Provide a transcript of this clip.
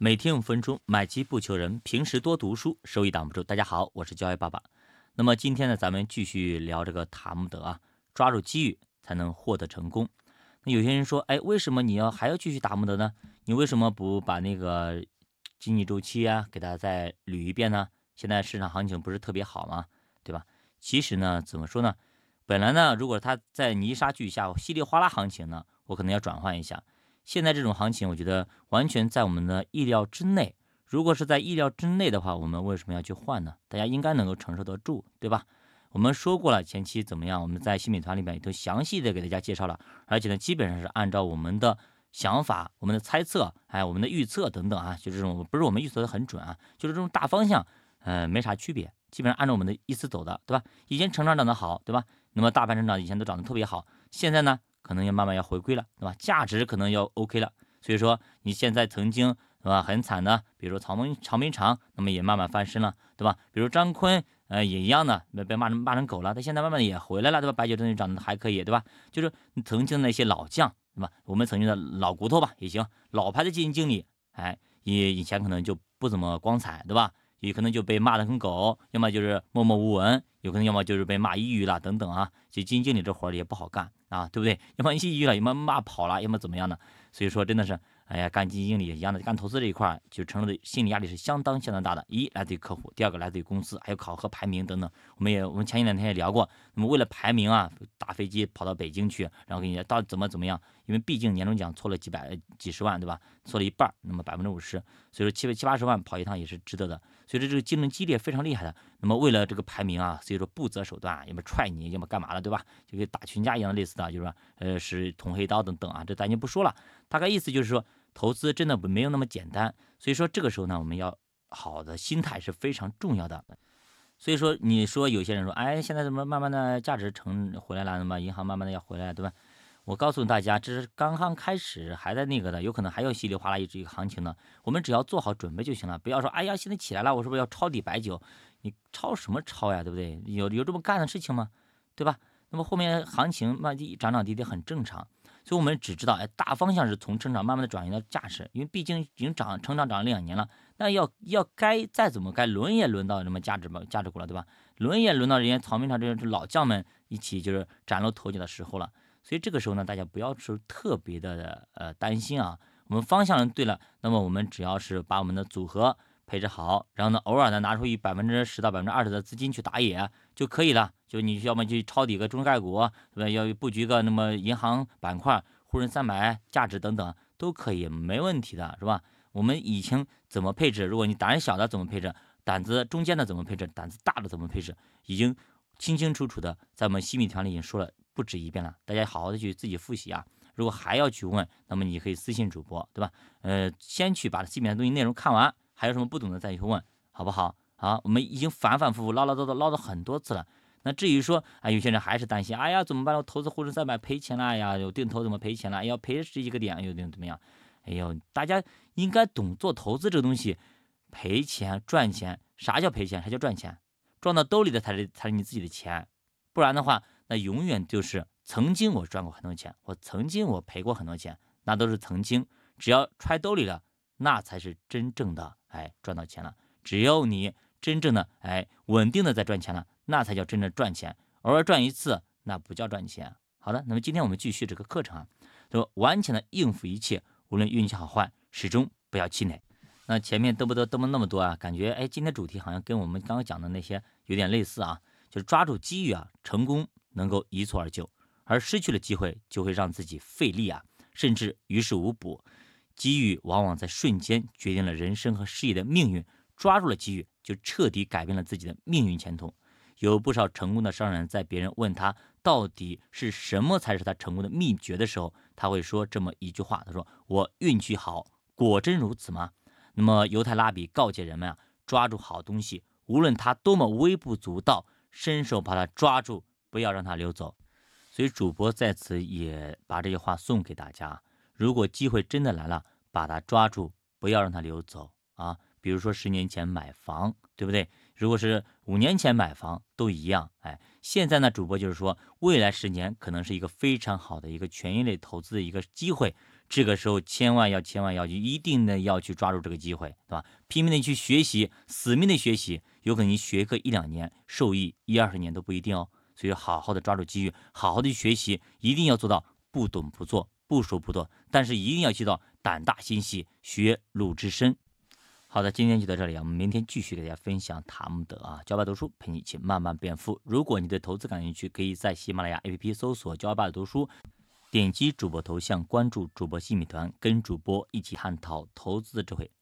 每天5分钟，买基不求人，平时多读书，收益挡不住。大家好，我是教育爸爸。那么今天呢，咱们继续聊这个塔木德啊，抓住机遇才能获得成功。那有些人说，哎，为什么你还要继续塔木德呢？你为什么不把那个经济周期啊给它再捋一遍呢？现在市场行情不是特别好吗？对吧？其实呢，怎么说呢？本来呢，如果它在泥沙俱下、稀里哗啦行情呢，我可能要转换一下。现在这种行情，我觉得完全在我们的意料之内。如果是在意料之内的话，我们为什么要去换呢？大家应该能够承受得住，对吧？我们说过了，前期怎么样？我们在新美团里面也都详细的给大家介绍了，而且呢，基本上是按照我们的想法、我们的猜测，我们的预测等等啊，就这种不是我们预测的很准啊，就是这种大方向，没啥区别，基本上按照我们的意思走的，对吧？以前成长涨得好，对吧？那么大盘成长以前都涨得特别好，现在呢？可能要慢慢要回归了，对吧？价值可能要 OK 了，所以说你现在曾经对吧很惨的，比如说长滨厂，那么也慢慢翻身了，对吧？比如张坤，也一样的，被骂成狗了，他现在慢慢的也回来了，对吧？白酒真的涨得还可以，对吧？就是曾经的那些老将，对吧？我们曾经的老骨头吧，也行，老牌的基金经理，也以前可能就不怎么光彩，对吧？也可能就被骂得跟狗，要么就是默默无闻，有可能要么就是被骂抑郁了等等啊。其实基金经理这活儿也不好干啊，对不对？要么抑郁了，要么骂跑了，要么怎么样的。所以说真的是，哎呀，干基金经理也一样的，干投资这一块就成了的心理压力是相当相当大的。一来自于客户，第二个来自于公司，还有考核排名等等。我们前2天也聊过，那么为了排名啊，打飞机跑到北京去，然后给你到底怎么样？因为毕竟年终奖错了几十万，对吧？错了一半，那么50%，所以说70-80万跑一趟也是值得的。所以说这个竞争激烈非常厉害的。那么为了这个排名啊，所以说不择手段，要么踹你，要么干嘛了，对吧？就跟打群架一样的类似的，就是说使捅黑刀等等啊，这咱就不说了。大概意思就是说，投资真的没有那么简单。所以说这个时候呢，我们要好的心态是非常重要的。所以说，你说有些人说，哎，现在怎么慢慢的价值回来了，那么银行慢慢的要回来了，对吧？我告诉大家，这是刚刚开始，还在那个的，有可能还有稀里哗啦一个行情呢。我们只要做好准备就行了，不要说，哎呀，现在起来了，我是不是要抄底白酒？你抄什么抄呀，对不对？有这么干的事情吗？对吧？那么后面行情涨涨跌跌很正常，所以我们只知道，哎，大方向是从成长慢慢的转移到价值，因为毕竟已经成长涨了2年了，那要该再怎么该轮也轮到什么价值股了，对吧？轮也轮到人家曹明厂这老将们一起就是崭露头角的时候了。所以这个时候呢，大家不要是特别的担心啊。我们方向对了，那么我们只要是把我们的组合配置好，然后呢，偶尔呢拿出10%到20%的资金去打野就可以了。就你要么去抄底个中概股，对吧？要布局个那么银行板块、沪深300、价值等等都可以，没问题的，是吧？我们以前怎么配置？如果你胆小的怎么配置，胆子中间的怎么配置，胆子大的怎么配置，已经清清楚楚的在我们新米团里已经说了不止一遍了，大家好好的去自己复习啊。如果还要去问，那么你可以私信主播，对吧？先去把新米团的东西内容看完，还有什么不懂的再去问，好不好？好，我们已经反反复复唠唠叨叨唠了很多次了。那至于说，有些人还是担心，哎呀，怎么办？我投资沪深300赔钱了呀，有定投怎么赔钱了？哎要赔十几个点，又怎么样？哎呦，大家应该懂做投资这个东西，赔钱赚钱，啥叫赔钱？啥叫赚钱？赚到兜里的才是你自己的钱，不然的话，那永远就是曾经我赚过很多钱，曾经我赔过很多钱，那都是曾经。只要揣兜里了，那才是真正的赚到钱了。只有你真正的稳定的在赚钱了，那才叫真正赚钱。偶尔赚一次，那不叫赚钱。好的，那么今天我们继续这个课程啊，就顽强的应付一切，无论运气好坏，始终不要气馁。那前面嘚啵那么多啊，感觉今天主题好像跟我们刚刚讲的那些有点类似啊，就是抓住机遇啊，成功能够一蹴而就，而失去了机会就会让自己费力啊，甚至于事无补。机遇往往在瞬间决定了人生和事业的命运，抓住了机遇就彻底改变了自己的命运前途。有不少成功的商人，在别人问他到底是什么才是他成功的秘诀的时候，他会说这么一句话，他说：我运气好，果真如此吗？那么犹太拉比告诫人们啊，抓住好东西，无论它多么微不足道，伸手把它抓住，不要让它溜走。所以主播在此也把这句话送给大家：如果机会真的来了，把它抓住，不要让它溜走啊！比如说10年前买房，对不对？如果是5年前买房，都一样。现在呢，主播就是说，未来10年可能是一个非常好的一个权益类投资的一个机会， 这个时候千万要一定的要去抓住这个机会，对吧？拼命的去学习，死命的学习，有可能你学个1-2年，受益10-20年都不一定哦。所以好好的抓住机遇，好好的去学习，一定要做到不懂不做，不说不做，但是一定要记到胆大心细，学鲁智深。好的，今天就到这里啊，我们明天继续给大家分享塔木德啊，教爸读书陪你一起慢慢变富。如果你对投资感兴趣，可以在喜马拉雅 APP 搜索教爸读书，点击主播头像关注主播新米团，跟主播一起探讨投资的智慧。